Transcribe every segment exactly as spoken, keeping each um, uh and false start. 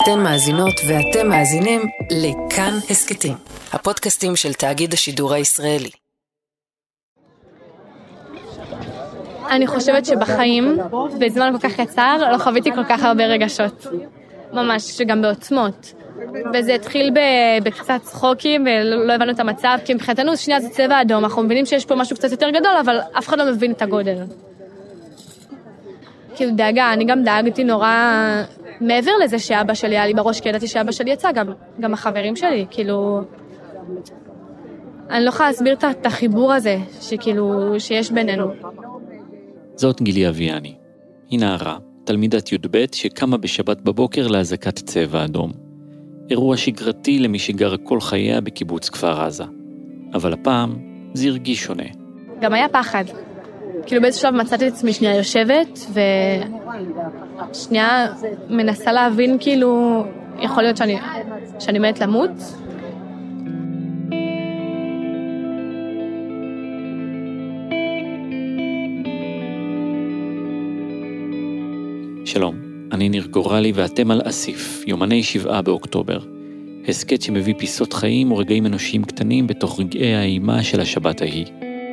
אתן מאזינות ואתם מאזינים לכאן הסקטים, הפודקאסטים של תאגיד השידור הישראלי. אני חושבת שבחיים, בזמן כל כך קצר, לא חוויתי כל כך הרבה רגשות. ממש, שגם בעוצמות. וזה התחיל בקצת צחוקים, ולא הבנו את המצב, כי מבחינתנו שנייה זה צבע אדום, אנחנו מבינים שיש פה משהו קצת יותר גדול, אבל אף אחד לא מבין את הגודל. כאילו דאגה, אני גם דאגתי נורא, מעבר לזה שאבא שלי היה לי בראש, כי ידעתי שאבא שלי יצא, גם, גם החברים שלי, כאילו, אני לא יכולה להסביר את החיבור הזה, שכאילו, שיש בינינו. זאת גילי אביאני. היא נערה, תלמידת י' ב' שקמה בשבת בבוקר להזקת צבע אדום. אירוע שגרתי למי שגר כל חייה בקיבוץ כפר עזה. אבל הפעם זה הרגיש שונה. גם היה פחד. כאילו באיזשהו שלב מצאתי את עצמי שנייה יושבת, ושנייה מנסה להבין כאילו, יכול להיות שאני, שאני מת למות. שלום, אני ניר גורלי ואתם על אסיף, יומני שבעה באוקטובר. הסקט שמביא פיסות חיים ורגעים אנושיים קטנים בתוך רגעי האימה של השבת ההיא.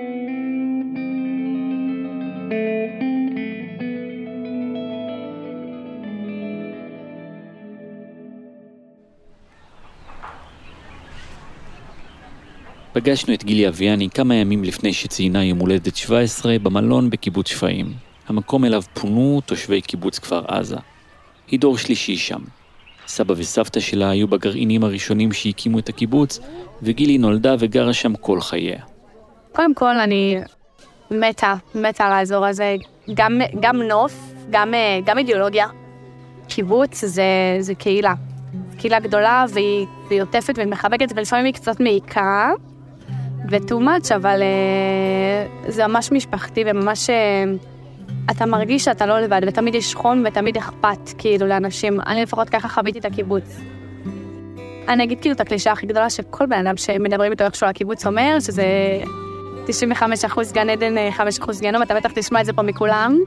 פגשנו את גילי אביאני כמה ימים לפני שציינה יום הולדת שבע עשרה במלון בקיבוץ שפיים. המקום אליו פונו תושבי קיבוץ כפר עזה. היא דור שלישי שם. סבא וסבתא שלה היו בגרעינים הראשונים שהקימו את הקיבוץ, וגילי נולדה וגרה שם כל חייה. קודם כל אני מתה, מתה על האזור הזה, גם, גם נוף, גם, גם אידיאולוגיה. קיבוץ זה, זה קהילה. קהילה גדולה והיא, והיא עוטפת ומחבקת, ולפעמים היא קצת מעיקה, ו-too much, אבל uh, זה ממש משפחתי וממש... Uh, אתה מרגיש שאתה לא לבד, ותמיד יש חום ותמיד אכפת כאילו לאנשים. אני לפחות ככה חוויתי את הקיבוץ. אני אגיד כאילו את הקלישה הכי גדולה שכל בן אדם שמדברים איתו איכשהו על הקיבוץ אומר, שזה תשעים וחמישה אחוז גן עדן, חמישה אחוז גיהנום, אתה בטח תשמע את זה פה מכולם.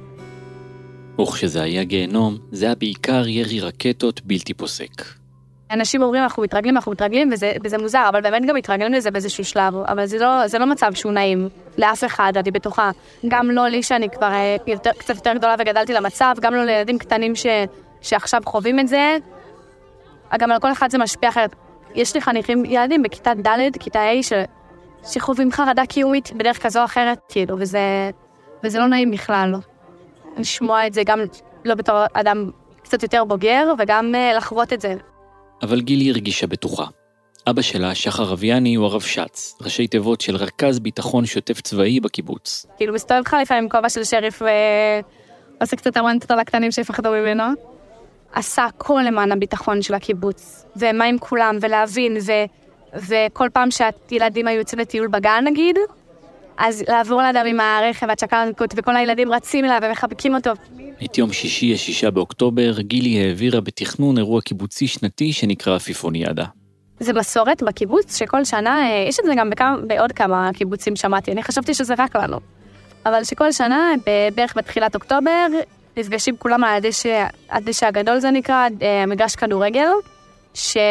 וכשזה היה גיהנום, זה היה בעיקר ירי רקטות בלתי פוסק. אנשים אומרים, אנחנו מתרגלים, אנחנו מתרגלים, וזה, וזה מוזר, אבל באמת גם מתרגלים לזה באיזשהו שלב, אבל זה לא, זה לא מצב שהוא נעים לאף אחד, אני בטוחה. גם לא לי שאני כבר יותר, קצת יותר גדולה וגדלתי למצב, גם לא לילדים קטנים ש, שעכשיו חווים את זה. גם על כל אחד זה משפיע אחרת. יש לי חניכים, ילדים בכיתה ד', כיתה A, ש, שחווים חרדה קיומית בדרך כזו או אחרת, כאילו, וזה, וזה לא נעים בכלל. לשמוע את זה גם לא בתור אדם קצת יותר בוגר, וגם לחוות את זה. אבל גילי הרגישה בטוחה. אבא שלה, שחר אביאני, הוא הרב שץ, ראשי תיבות של רכז ביטחון שוטף צבאי בקיבוץ. כאילו מסתובב לך לפעמים כובע של שריף ועושה קצת הוונטות על הקטנים שיפחדו ממנו. עשה הכל למען הביטחון של הקיבוץ, ומה עם כולם, ולהבין, ו... וכל פעם שהילדים היו יוצאים לטיול בגן נגיד, אז לעבור לאדם עם הרכב והצ'קלנקות, וכל הילדים רצים אליו ומחבקים אותו. את יום שישי, השישה באוקטובר, גילי העבירה בתכנון אירוע קיבוצי שנתי שנקרא עפיפוניאדה. זה מסורת בקיבוץ שכל שנה, יש את זה גם בכמה, בעוד כמה קיבוצים שמעתי, אני חשבתי שזה רק לנו. אבל שכל שנה, בערך בתחילת אוקטובר, נפגשים כולם על הדשא, הדשא הגדול זה נקרא, מגרש כדורגל, שגם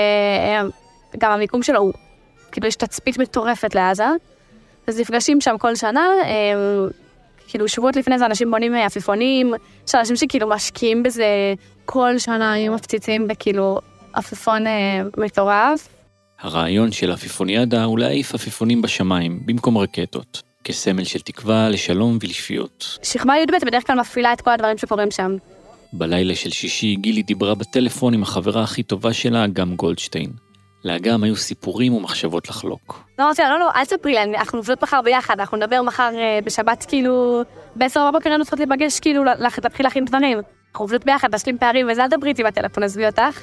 המיקום שלו הוא, כאילו יש תצפית מטורפת לעזה, אז נפגשים שם כל שנה, כאילו שבועות לפני זה אנשים בונים עפיפונים, יש אנשים שכאילו משקיעים בזה כל שנה, היו מפציצים בכאילו עפיפון מטורף. הרעיון של עפיפוניאדה הוא להעיף עפיפונים בשמיים, במקום רקטות, כסמל של תקווה לשלום ולשפיות. שכבה י' ב' בדרך כלל מפעילה את כל הדברים שקורים שם. בלילה של שישי גילי דיברה בטלפון עם החברה הכי טובה שלה, גם גולדשטיין. לאגם היו סיפורים ומחשבות לחלוק. לא, אמרתי, לא, לא, אל תספרי לי, אנחנו נבלות מחר ביחד, אנחנו נדבר מחר בשבת, כאילו, בעשר בבוקר היינו צריכות להיפגש, כאילו, להתחיל להכין דברים. אנחנו נבלות ביחד, להשלים פערים, וזה אל דברי איתי בטלפון, עזבי אותך.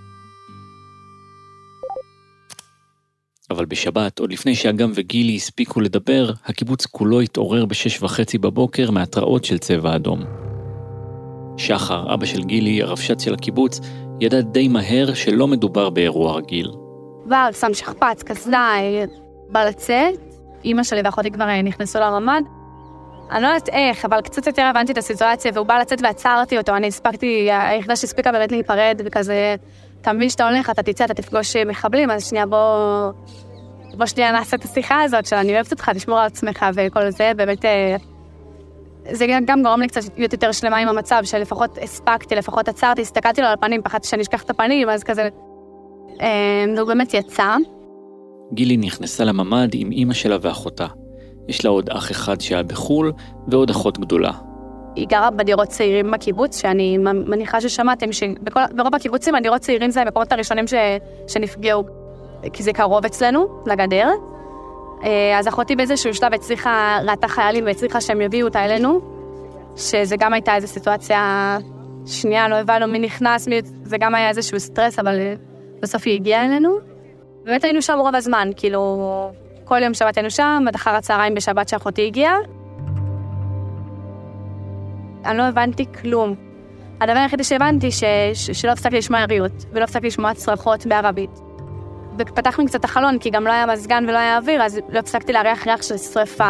אבל בשבת, עוד לפני שאגם וגילי הספיקו לדבר, הקיבוץ כולו התעורר בשש וחצי בבוקר מהתראות של צבע אדום. שחר, אבא של גילי, הרב שץ של הקיבוץ, ידע די מהר שלא מדובר באירוע רגיל. כבר שם שכפ"ץ, קסדה, בא לצאת, אמא שלי ואחותי כבר נכנסו לרמד, אני לא יודעת איך, אבל קצת יותר הבנתי את הסיטואציה, והוא בא לצאת ועצרתי אותו, אני הספקתי, היחידה שהספיקה באמת להיפרד, וכזה, אתה מבין שאתה הולך, אתה תצא, אתה תפגוש מחבלים, אז שנייה בוא, בוא שנייה נעשה את השיחה הזאת, שאני אוהבת אותך, תשמור על עצמך וכל זה, באמת, זה גם גורם לי קצת להיות יותר שלמה עם המצב, שלפחות הספקתי, לפחות עצרתי, הסתכלתי לו על הפנים, פחדתי שאני אשכח את הפנים, אז כזה, והוא באמת יצא. גילי נכנסה לממד עם אמא שלה ואחותה. יש לה עוד אח אחד שהיה בחול, ועוד אחות גדולה. היא גרה בדירות צעירים בקיבוץ, שאני מניחה ששמעתם, שברוב הקיבוצים הדירות צעירים זה המקומות הראשונים ש... שנפגעו, כי זה קרוב אצלנו, לגדר. אז אחותי באיזשהו שלב הצליחה, ראתה חיילים והצליחה שהם יביאו אותה אלינו, שזה גם הייתה איזו סיטואציה שנייה, לא הבנו מי נכנס, מי... זה גם היה איזשהו סטרס, אבל בסוף היא הגיעה אלינו. באמת היינו שם רוב הזמן, כאילו, כל יום שבת היינו שם, עד אחר הצהריים בשבת שאחותי הגיעה. אני לא הבנתי כלום. הדבר היחידי שהבנתי ש... ש... שלא הפסקתי לשמוע יריות, ולא הפסקתי לשמוע צרחות בערבית. ופתחנו קצת החלון, כי גם לא היה מזגן ולא היה אוויר, אז לא הפסקתי להריח ריח של שריפה.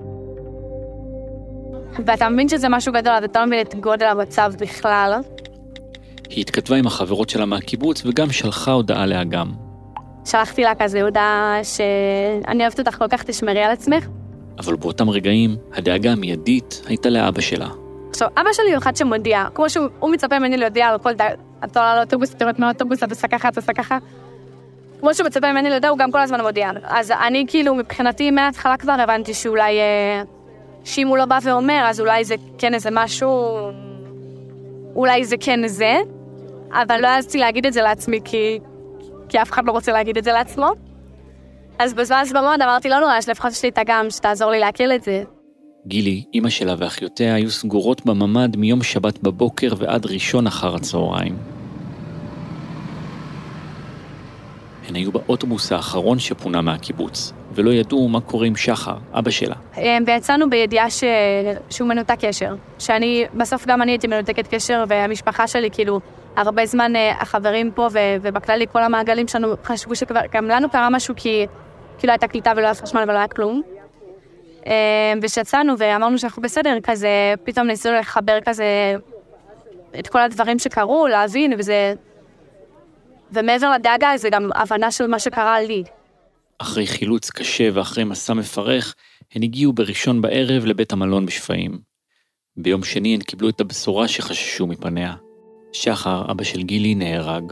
ואתה מבין שזה משהו גדול, אז אתה לא מבין את גודל המצב בכלל. היא התכתבה עם החברות שלה מהקיבוץ, וגם שלחה הודעה לאגם. שלחתי לה כזה הודעה שאני אוהבת אותך כל כך, תשמרי על עצמך. אבל באותם רגעים, הדאגה המיידית הייתה לאבא שלה. עכשיו, אבא שלי הוא אחד שמודיע, כמו שהוא מצפה ממני להודיע על כל דאגה, אתה עולה לאוטובוס, אתה יורד מהאוטובוס, אתה עושה ככה, אתה עושה ככה. כמו שהוא מצפה ממני להודיע, הוא גם כל הזמן מודיע. אז אני כאילו, מבחינתי, מההתחלה כבר הבנתי שאולי, שאם הוא לא בא ואומר, אז אולי זה כן איזה משהו, אולי זה כן זה, אבל לא העזתי להגיד את זה לעצמי, כי, כי אף אחד לא רוצה להגיד את זה לעצמו. אז בזמן במוד אמרתי, לא נורא, שלפחות יש לי את הגם, שתעזור לי להקל את זה. גילי, אמא שלה ואחיותיה היו סגורות בממד מיום שבת בבוקר ועד ראשון אחר הצהריים. הן היו באוטובוס האחרון שפונה מהקיבוץ, ולא ידעו מה קורה עם שחר, אבא שלה. ויצאנו בידיעה ש... שהוא מנותק קשר. שאני, בסוף גם אני הייתי מנותקת קשר, והמשפחה שלי, כאילו, הרבה זמן החברים פה, ו... ובכללי כל המעגלים שלנו חשבו שכבר, גם לנו קרה משהו, כי כאילו הייתה קליטה ולא היה חשמל ולא היה כלום. ושיצאנו ואמרנו שאנחנו בסדר, כזה, פתאום ניסינו לחבר כזה את כל הדברים שקרו, להבין, וזה... ומעבר לדאגה, זה גם הבנה של מה שקרה לי. אחרי חילוץ קשה ואחרי מסע מפרך, הן הגיעו בראשון בערב לבית המלון בשפיים. ביום שני הן קיבלו את הבשורה שחששו מפניה. שחר, אבא של גילי, נהרג.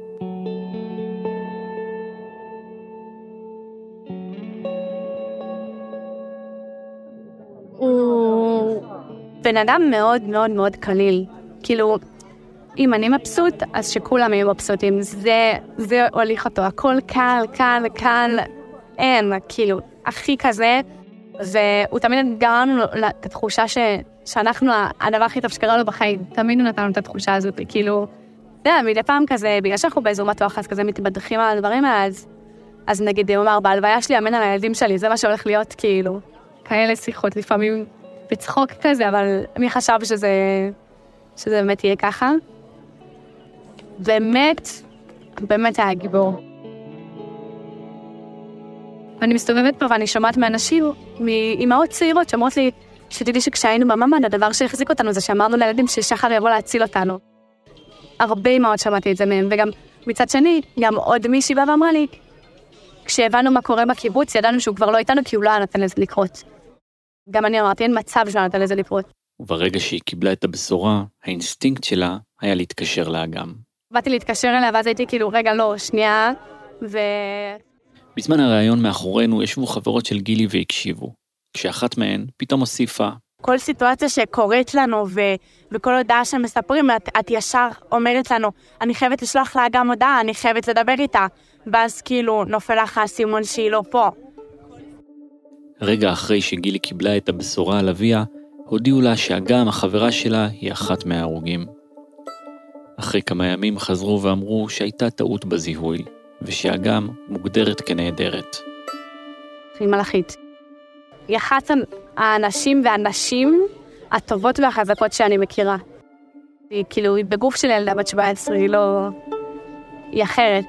הוא בן אדם מאוד מאוד מאוד קליל. כאילו, אם אני מבסוט, אז שכולם יהיו מבסוטים. זה, זה הוליך אותו. הכל קל, קל, קל. אין, כאילו, הכי כזה. והוא תמיד גרם לנו את התחושה ש, שאנחנו, הדבר הכי טוב שקרה לו בחיים. תמיד הוא נתן לנו את התחושה הזאת. כאילו, זה, מדי פעם כזה, בגלל שאנחנו באזור מתוח, אז כזה מתבדחים על הדברים האלה, אז, אז נגיד, הוא אמר, בהלוויה שלי, אמן על הילדים שלי, זה מה שהולך להיות, כאילו. כאלה שיחות, לפעמים בצחוק כזה, אבל מי חשב שזה, שזה באמת יהיה ככה? באמת, באמת היה גיבור. אני מסתובבת פה ואני שומעת מאנשים, מאמהות צעירות שאומרות לי, שתדעי שכשהיינו בממ"ד, הדבר שהחזיק אותנו זה שאמרנו לילדים ששחר יבוא להציל אותנו. הרבה אמהות שמעתי את זה מהם, וגם מצד שני, גם עוד מישהי בא ואמרה לי, כשהבנו מה קורה בקיבוץ, ידענו שהוא כבר לא איתנו, כי הוא לא נתן לזה לקרות. גם אני אמרתי, אין מצב שהוא נתן לזה לקרות. וברגע שהיא קיבלה את הבשורה, האינסטינקט שלה היה להתקשר לאגם. באתי להתקשר אליה, ואז הייתי כאילו, רגע, לא, שנייה, ו... בזמן הראיון מאחורינו ישבו חברות של גילי והקשיבו. כשאחת מהן פתאום הוסיפה. כל סיטואציה שקורית לנו, ו- וכל הודעה שמספרים, את, את ישר אומרת לנו, אני חייבת לשלוח לה גם הודעה, אני חייבת לדבר איתה, ואז כאילו נופל לך הסימון שהיא לא פה. רגע אחרי שגילי קיבלה את הבשורה על אביה, הודיעו לה שאגם, החברה שלה, היא אחת מההרוגים. אחרי כמה ימים חזרו ואמרו שהייתה טעות בזיהוי, ושאגם מוגדרת כנהדרת. היא מלאכית. היא אחת האנשים והנשים הטובות והחזקות שאני מכירה. היא כאילו, היא בגוף של ילדה בת שבע עשרה, היא לא... היא אחרת.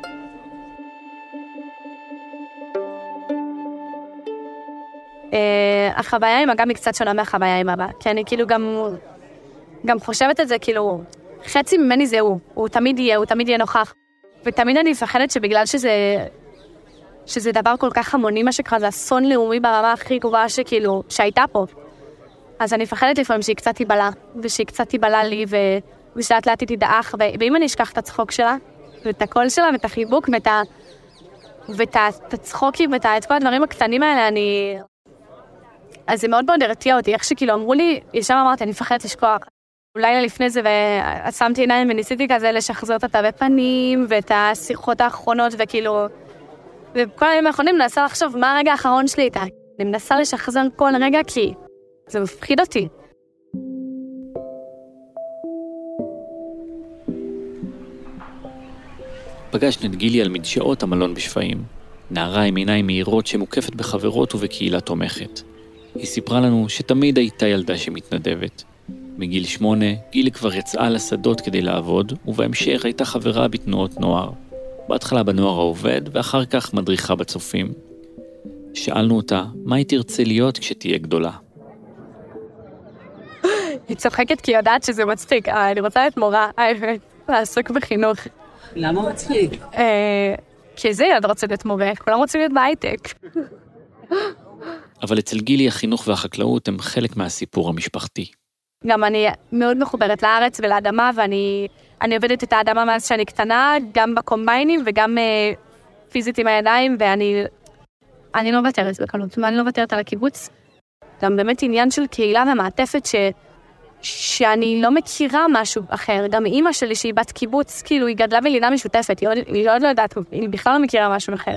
החוויה עם אגם היא קצת שונה מהחוויה עם אבא, כי אני כאילו גם, גם חושבת את זה, כאילו, חצי ממני זה הוא, הוא תמיד יהיה, הוא תמיד יהיה נוכח, ותמיד אני מפחדת שבגלל שזה, שזה דבר כל כך המוני, מה שקרה, זה אסון לאומי ברמה הכי גבוהה שכאילו, שהייתה פה. אז אני מפחדת לפעמים שהיא קצת תיבלה, ושהיא קצת תיבלה לי, ו... ושלאט לאט היא תדעך, ו... ואם אני אשכח את הצחוק שלה, ואת הקול שלה, ואת החיבוק, ואת, ה... ואת הצחוקים, ואת ה... את כל הדברים הקטנים האלה, אני... אז זה מאוד מאוד הרתיע אותי, איך שכאילו אמרו לי, ישר אמרתי, אני מפחדת לשכוח. לילה לפני זה, ושמתי עיניים וניסיתי כזה לשחזר את התווי פנים, ואת השיחות האחרונות, וכאילו... וכל הימים האחרונים מנסה לחשוב מה הרגע האחרון שלי איתה. אני מנסה לשחזר כל רגע, כי זה מפחיד אותי. פגשנו את גילי על מדשאות המלון בשפיים. נערה עם עיניים מהירות שמוקפת בחברות ובקהילה תומכת. היא סיפרה לנו שתמיד הייתה ילדה שמתנדבת. מגיל שמונה, גילי כבר יצאה לשדות כדי לעבוד, ובהמשך הייתה חברה בתנועות נוער. בהתחלה בנוער העובד, ואחר כך מדריכה בצופים. שאלנו אותה, מה היא תרצה להיות כשתהיה גדולה? היא צוחקת כי היא יודעת שזה מצחיק. אני רוצה להיות מורה, לעסוק בחינוך. למה מצחיק? כי זה ילד רוצה להיות מורה, כולם רוצים להיות בהייטק. אבל אצל גילי החינוך והחקלאות הם חלק מהסיפור המשפחתי. גם אני מאוד מחוברת לארץ ולאדמה, ואני אני עובדת את האדמה מאז שאני קטנה, גם בקומביינים וגם uh, פיזית עם הידיים, ואני אני לא מוותרת בקלות, ואני לא מוותרת על הקיבוץ. גם באמת עניין של קהילה ומעטפת ש, שאני לא מכירה משהו אחר. גם אמא שלי שהיא בת קיבוץ, כאילו היא גדלה בלינה משותפת, היא עוד, היא עוד לא יודעת, היא בכלל לא מכירה משהו אחר.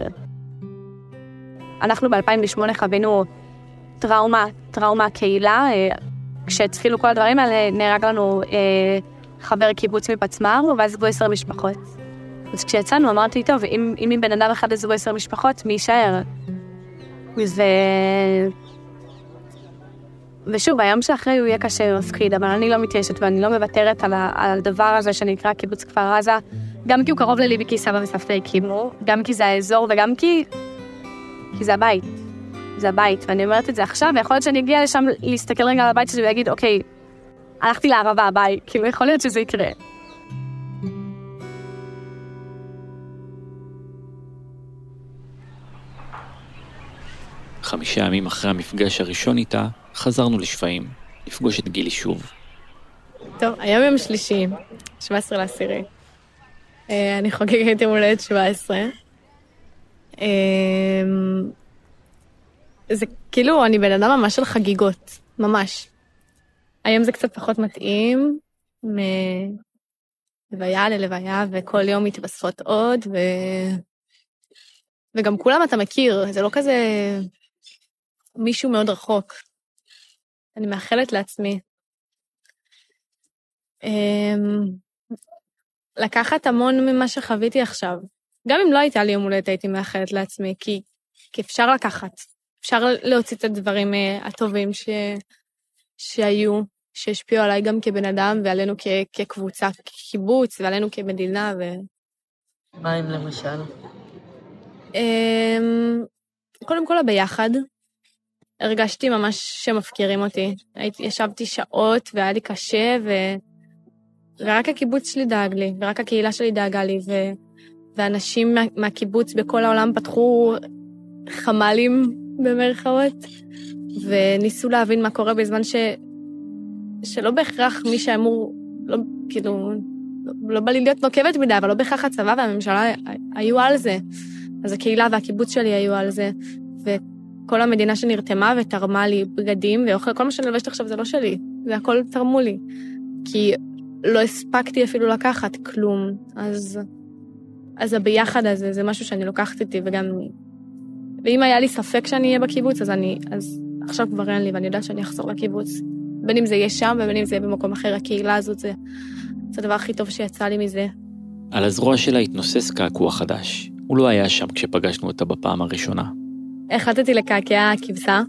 אנחנו ב-אלפיים ושמונה חווינו טראומה, טראומה קהילה, כשהתחילו כל הדברים האלה, נהרג לנו אה, חבר קיבוץ מפצמר, ואז עזבו עשר משפחות. אז כשיצאנו, אמרתי, טוב, אם, אם עם בן אדם אחד עזבו עשר משפחות, מי יישאר? ו... ושוב, היום שאחרי הוא יהיה קשה ומפחיד, אבל אני לא מתיישת ואני לא מוותרת על, ה... על הדבר הזה שנקרא קיבוץ כפר עזה, גם כי הוא קרוב לליבי, כי סבא וסבתא הקימו, גם כי זה האזור וגם כי... כי זה הבית. זה הבית, ואני אומרת את זה עכשיו, ויכול להיות שאני אגיע לשם להסתכל רגע על הבית שלי ויגיד, אוקיי, הלכתי לערבה, ביי, כאילו יכול להיות שזה יקרה. חמישה ימים אחרי המפגש הראשון איתה, חזרנו לשפיים, לפגוש את גילי שוב. טוב, היום יום שלישי, שבעה עשר לעשירי. אני חוגגת יום הולדת שבע עשרה. זה כאילו, אני בן אדם ממש של חגיגות, ממש. היום זה קצת פחות מתאים, מלוויה ללוויה, וכל יום מתווספות עוד, ו... וגם כולם אתה מכיר, זה לא כזה מישהו מאוד רחוק. אני מאחלת לעצמי. לקחת המון ממה שחוויתי עכשיו. גם אם לא הייתה לי יום הולדת, הייתי מאחלת לעצמי, כי, כי אפשר לקחת. אפשר להוציא את הדברים הטובים ש... שהיו, שהשפיעו עליי גם כבן אדם, ועלינו כ... כקבוצה, כקיבוץ, ועלינו כמדינה. ו... מה אם למשל? קודם כל הביחד. הרגשתי ממש שמפקירים אותי. הייתי, ישבתי שעות, והיה לי קשה, ו... ורק הקיבוץ שלי דאג לי, ורק הקהילה שלי דאגה לי, ו... ואנשים מה... מהקיבוץ בכל העולם פתחו חמלים במרכאות, וניסו להבין מה קורה בזמן ש... שלא בהכרח מי שאמור, לא, כאילו, לא, לא בא לי להיות נוקבת מדי, אבל לא בהכרח הצבא והממשלה היו על זה. אז הקהילה והקיבוץ שלי היו על זה, וכל המדינה שנרתמה ותרמה לי בגדים ואוכל, כל מה שאני לבשת עכשיו זה לא שלי, זה הכל תרמו לי, כי לא הספקתי אפילו לקחת כלום, אז, אז הביחד הזה זה משהו שאני לוקחת איתי, וגם, ואם היה לי ספק שאני אהיה בקיבוץ, אז אני, אז עכשיו כבר אין לי, ואני יודעת שאני אחזור לקיבוץ, בין אם זה יהיה שם, ובין אם זה יהיה במקום אחר, הקהילה הזאת זה, זה הדבר הכי טוב שיצא לי מזה. על הזרוע שלה התנוסס קעקוע חדש. הוא לא היה שם כשפגשנו אותה בפעם הראשונה. החלטתי לקעקע כבשה.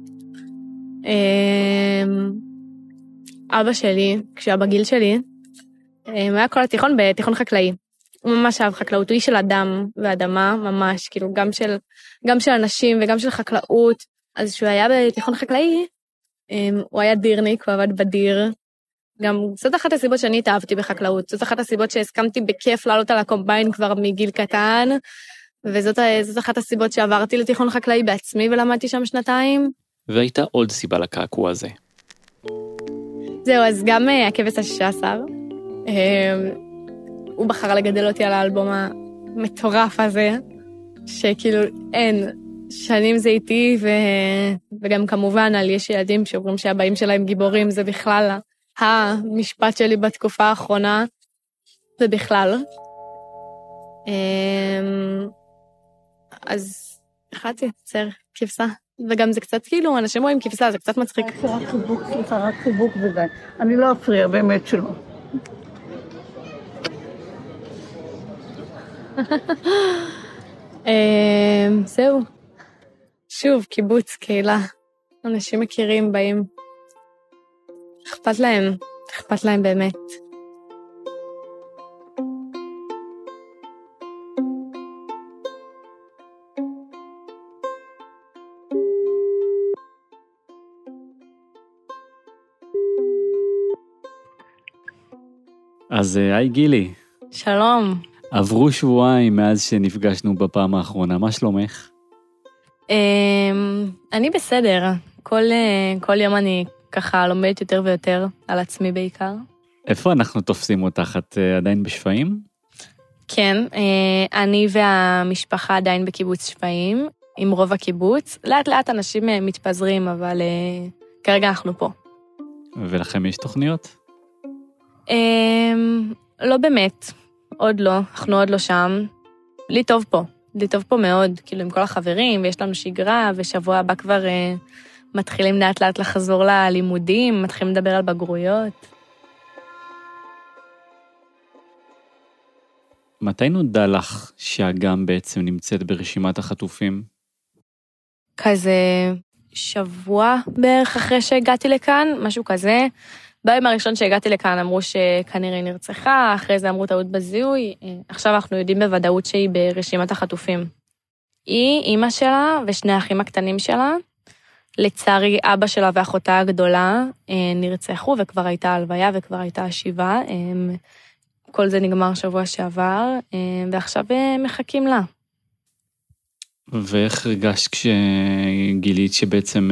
אבא שלי, כשהיה בגיל שלי, הוא היה כל התיכון בתיכון חקלאי. הוא ממש אהב חקלאות, הוא איש של אדם ואדמה, ממש, כאילו גם של, גם של אנשים וגם של חקלאות. אז כשהוא היה בתיכון חקלאי, הוא היה דירניק, הוא עבד בדיר. גם זאת אחת הסיבות שאני התאהבתי בחקלאות, זאת אחת הסיבות שהסכמתי בכיף לעלות על הקומביין כבר מגיל קטן, וזאת אחת הסיבות שעברתי לתיכון חקלאי בעצמי ולמדתי שם שנתיים. והייתה עוד סיבה לקעקוע הזה. זהו, אז גם הכבש השישה עשר, הוא בחר לגדל אותי על האלבום המטורף הזה, שכאילו אין, שנים זה איתי, ו... וגם כמובן על יש ילדים שאומרים שהבאים שלהם גיבורים, זה בכלל המשפט שלי בתקופה האחרונה, ובכלל. אז החלטתי, צר, כבשה. וגם זה קצת כאילו, אנשים רואים כבשה, זה קצת מצחיק. רק חיבוק, סליחה, רק חיבוק וזה. אני לא אפריע, באמת שלא. זהו. שוב, קיבוץ, קהילה. אנשים מכירים, באים. אכפת להם, אכפת להם באמת. אז היי גילי. שלום. עברו שבועיים מאז שנפגשנו בפעם האחרונה, מה שלומך? אני בסדר, כל, כל יום אני ככה לומדת יותר ויותר, על עצמי בעיקר. איפה אנחנו תופסים אותך? את עדיין בשפיים? כן, אני והמשפחה עדיין בקיבוץ שפיים, עם רוב הקיבוץ. לאט לאט אנשים מתפזרים, אבל כרגע אנחנו פה. ולכם יש תוכניות? לא באמת, עוד לא, אנחנו עוד לא שם. לי טוב פה, לי טוב פה מאוד, כאילו עם כל החברים, ויש לנו שגרה, ושבוע הבא כבר מתחילים לאט לאט לחזור ללימודים, מתחילים לדבר על בגרויות. מתי נודע לך שהאגם בעצם נמצאת ברשימת החטופים? כזה שבוע בערך אחרי שהגעתי לכאן, משהו כזה. ביום הראשון שהגעתי לכאן אמרו שכנראה נרצחה, אחרי זה אמרו טעות בזיהוי, עכשיו אנחנו יודעים בוודאות שהיא ברשימת החטופים. היא, אמא שלה ושני האחים הקטנים שלה, לצערי אבא שלה ואחותה הגדולה נרצחו, וכבר הייתה הלוויה וכבר הייתה השיבה, כל זה נגמר שבוע שעבר, ועכשיו מחכים לה. ואיך הרגשת כשגילית שבעצם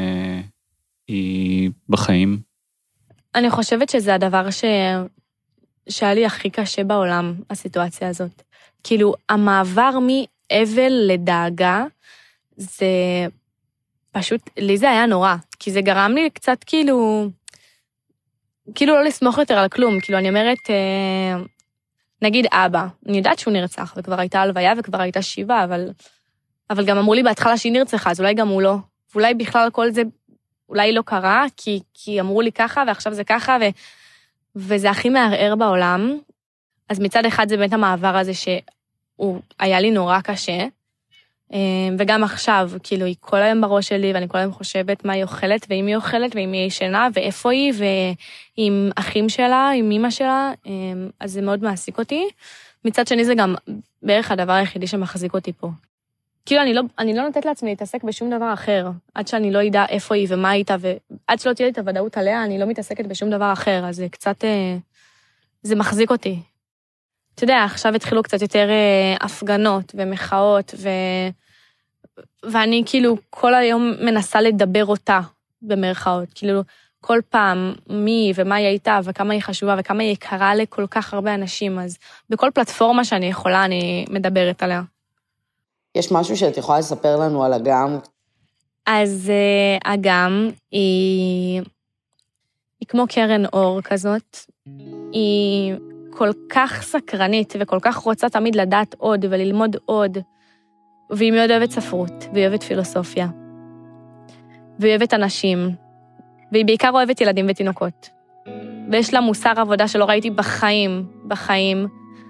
היא בחיים? אני חושבת שזה הדבר ש... שהיה לי הכי קשה בעולם, הסיטואציה הזאת. כאילו, המעבר מאבל לדאגה, זה פשוט, לי זה היה נורא, כי זה גרם לי קצת כאילו, כאילו לא לסמוך יותר על כלום, כאילו אני אומרת, נגיד אבא, אני יודעת שהוא נרצח, וכבר הייתה הלוויה וכבר הייתה שיבה, אבל, אבל גם אמרו לי בהתחלה שהיא נרצחה, אז אולי גם הוא לא, ואולי בכלל כל זה, אולי לא קרה, כי, כי אמרו לי ככה, ועכשיו זה ככה, ו, וזה הכי מערער בעולם. אז מצד אחד זה באמת המעבר הזה שהוא היה לי נורא קשה, וגם עכשיו, כאילו, היא כל היום בראש שלי, ואני כל היום חושבת מה היא אוכלת, ואם היא אוכלת, ואם היא ישנה, ואיפה היא, ועם אחים שלה, עם אמא שלה, אז זה מאוד מעסיק אותי. מצד שני זה גם בערך הדבר היחידי שמחזיק אותי פה. כאילו, אני לא, אני לא נותנת לעצמי להתעסק בשום דבר אחר, עד שאני לא ידע איפה היא ומה איתה, ועד שלא תהיה לי את הוודאות עליה, אני לא מתעסקת בשום דבר אחר, אז זה קצת, זה מחזיק אותי. אתה יודע, עכשיו התחילו קצת יותר הפגנות ומחאות, ו... ואני כאילו כל היום מנסה לדבר אותה במרכאות, כאילו כל פעם מי ומה היא הייתה, וכמה היא חשובה, וכמה היא יקרה לכל כך הרבה אנשים, אז בכל פלטפורמה שאני יכולה, אני מדברת עליה. יש משהו שאת יכולה לספר לנו על אגם? אז uh, אגם היא, היא כמו קרן אור כזאת, היא כל כך סקרנית וכל כך רוצה תמיד לדעת עוד וללמוד עוד, והיא מאוד אוהבת ספרות, והיא אוהבת פילוסופיה, והיא אוהבת אנשים, והיא בעיקר אוהבת ילדים ותינוקות. ויש לה מוסר עבודה שלא ראיתי בחיים, בחיים,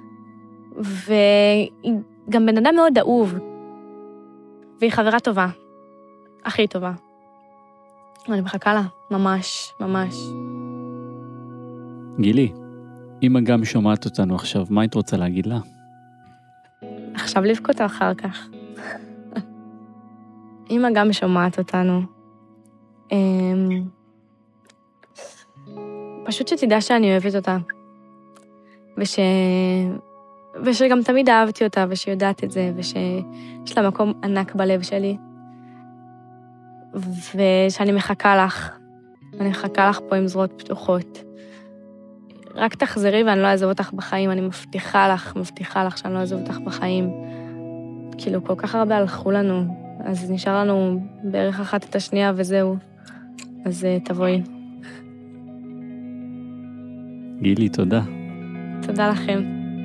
והיא גם בן אדם מאוד אהוב, והיא חברה טובה, הכי טובה. אני מחכה לה, ממש, ממש. גילי, אם אגם שומעת אותנו עכשיו, מה היית רוצה להגיד לה? עכשיו לבכות או אחר כך? אמא גם שומעת אותנו. פשוט שתדע שאני אוהבת אותה. וש... ושגם תמיד אהבתי אותה, ושיודעת את זה, ושיש לה מקום ענק בלב שלי. ושאני מחכה לך. אני מחכה לך פה עם זרועות פתוחות. רק תחזרי ואני לא אעזוב אותך בחיים, אני מבטיחה לך, מבטיחה לך שאני לא אעזוב אותך בחיים. כאילו, כל כך הרבה הלכו לנו, אז נשאר לנו בערך אחת את השנייה וזהו. אז תבואי. גילי, תודה. תודה לכם.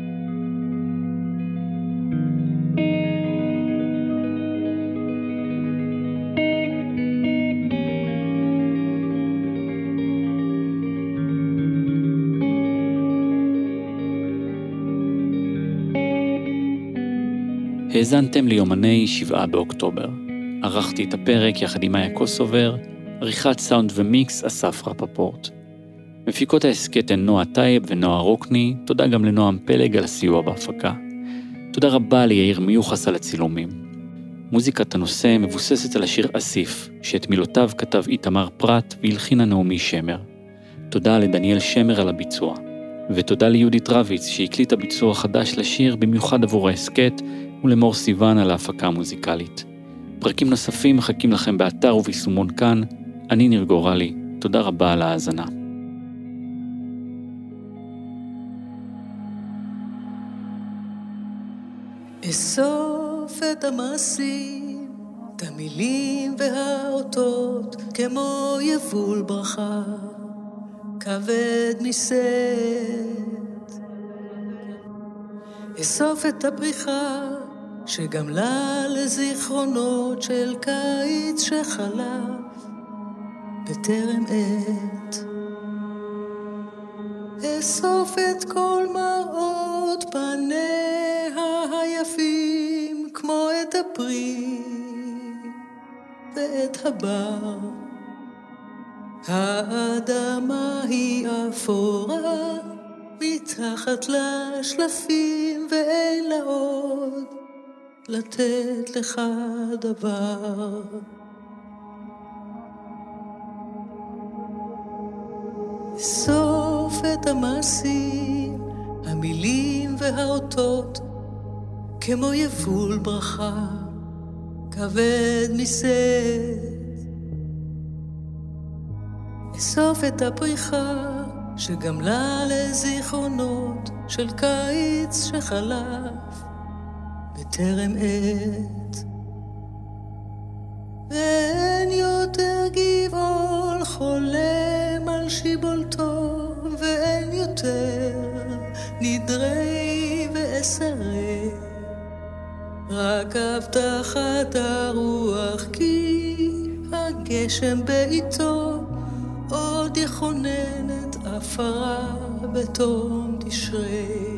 האזנתם ליומני שבעה באוקטובר. ערכתי את הפרק יחד עם מאיה קוסובר, עריכת סאונד ומיקס אסף רפפורט. מפיקות ההסקט הן נועה טייב ונועה רוקני, תודה גם לנועם פלג על הסיוע בהפקה. תודה רבה ליאיר מיוחס על הצילומים. מוזיקת הנושא מבוססת על השיר אסיף, שאת מילותיו כתב איתמר פרט והלחינה נעמי שמר. תודה לדניאל שמר על הביצוע. ותודה ליהודית רביץ שהקליטה ביצוע חדש לשיר במיוחד עבור ההסקט, ולמור סיוון על ההפקה המוזיקלית. פרקים נוספים מחכים לכם באתר וביישומון כאן. אני ניר גורלי, תודה רבה על ההאזנה. אסוף את המעשים, את המילים והאותות, כמו יבול ברכה, כבד מסת. אסוף את הפריחה, שגמלה לזיכרונות של קיץ שחלף, בטרם עת. אסוף את כל מראות פניה היפים, כמו את הפרי ואת הבר. האדמה היא אפורה, מתחת לשלפים, ואין לה עוד לתת לך דבר. סוף את המעשים, המילים והאותות, כמו יבול ברכה, כבד מסת. אסוף את הפריחה, שגמלה לזיכרונות של קיץ שחלף, בטרם עת. ואין יותר גבעול חולם על שיבולתו, ואין יותר נדרי ואסרי, רק הבטחת הרוח, כי הגשם בעיתו עוד יכונן את אפרה בתום תשרי.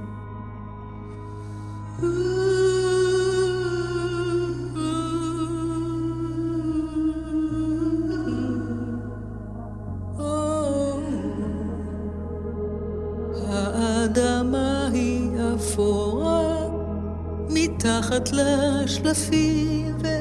האדמה היא אפורה, מתחת לשלפים